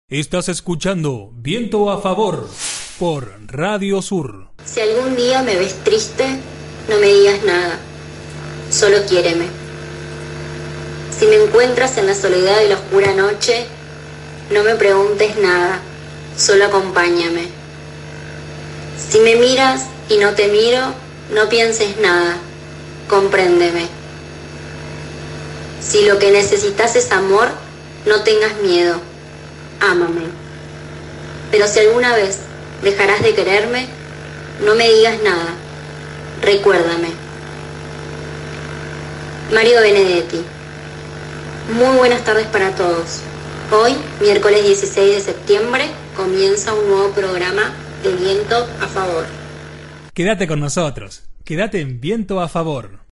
Estás escuchando Viento a Favor por Radio Sur. Si algún día me ves triste, no me digas nada, solo quiéreme. Si me encuentras en la soledad de la oscura noche, no me preguntes nada, solo acompáñame. Si me miras y no te miro, no pienses nada, compréndeme. Si lo que necesitas es amor, no tengas miedo, ámame. Pero si alguna vez dejarás de quererme, no me digas nada, recuérdame. Mario Benedetti. Muy buenas tardes para todos. Hoy, miércoles 16 de septiembre, comienza un nuevo programa de Viento a Favor. Quédate con nosotros, quédate en Viento a Favor.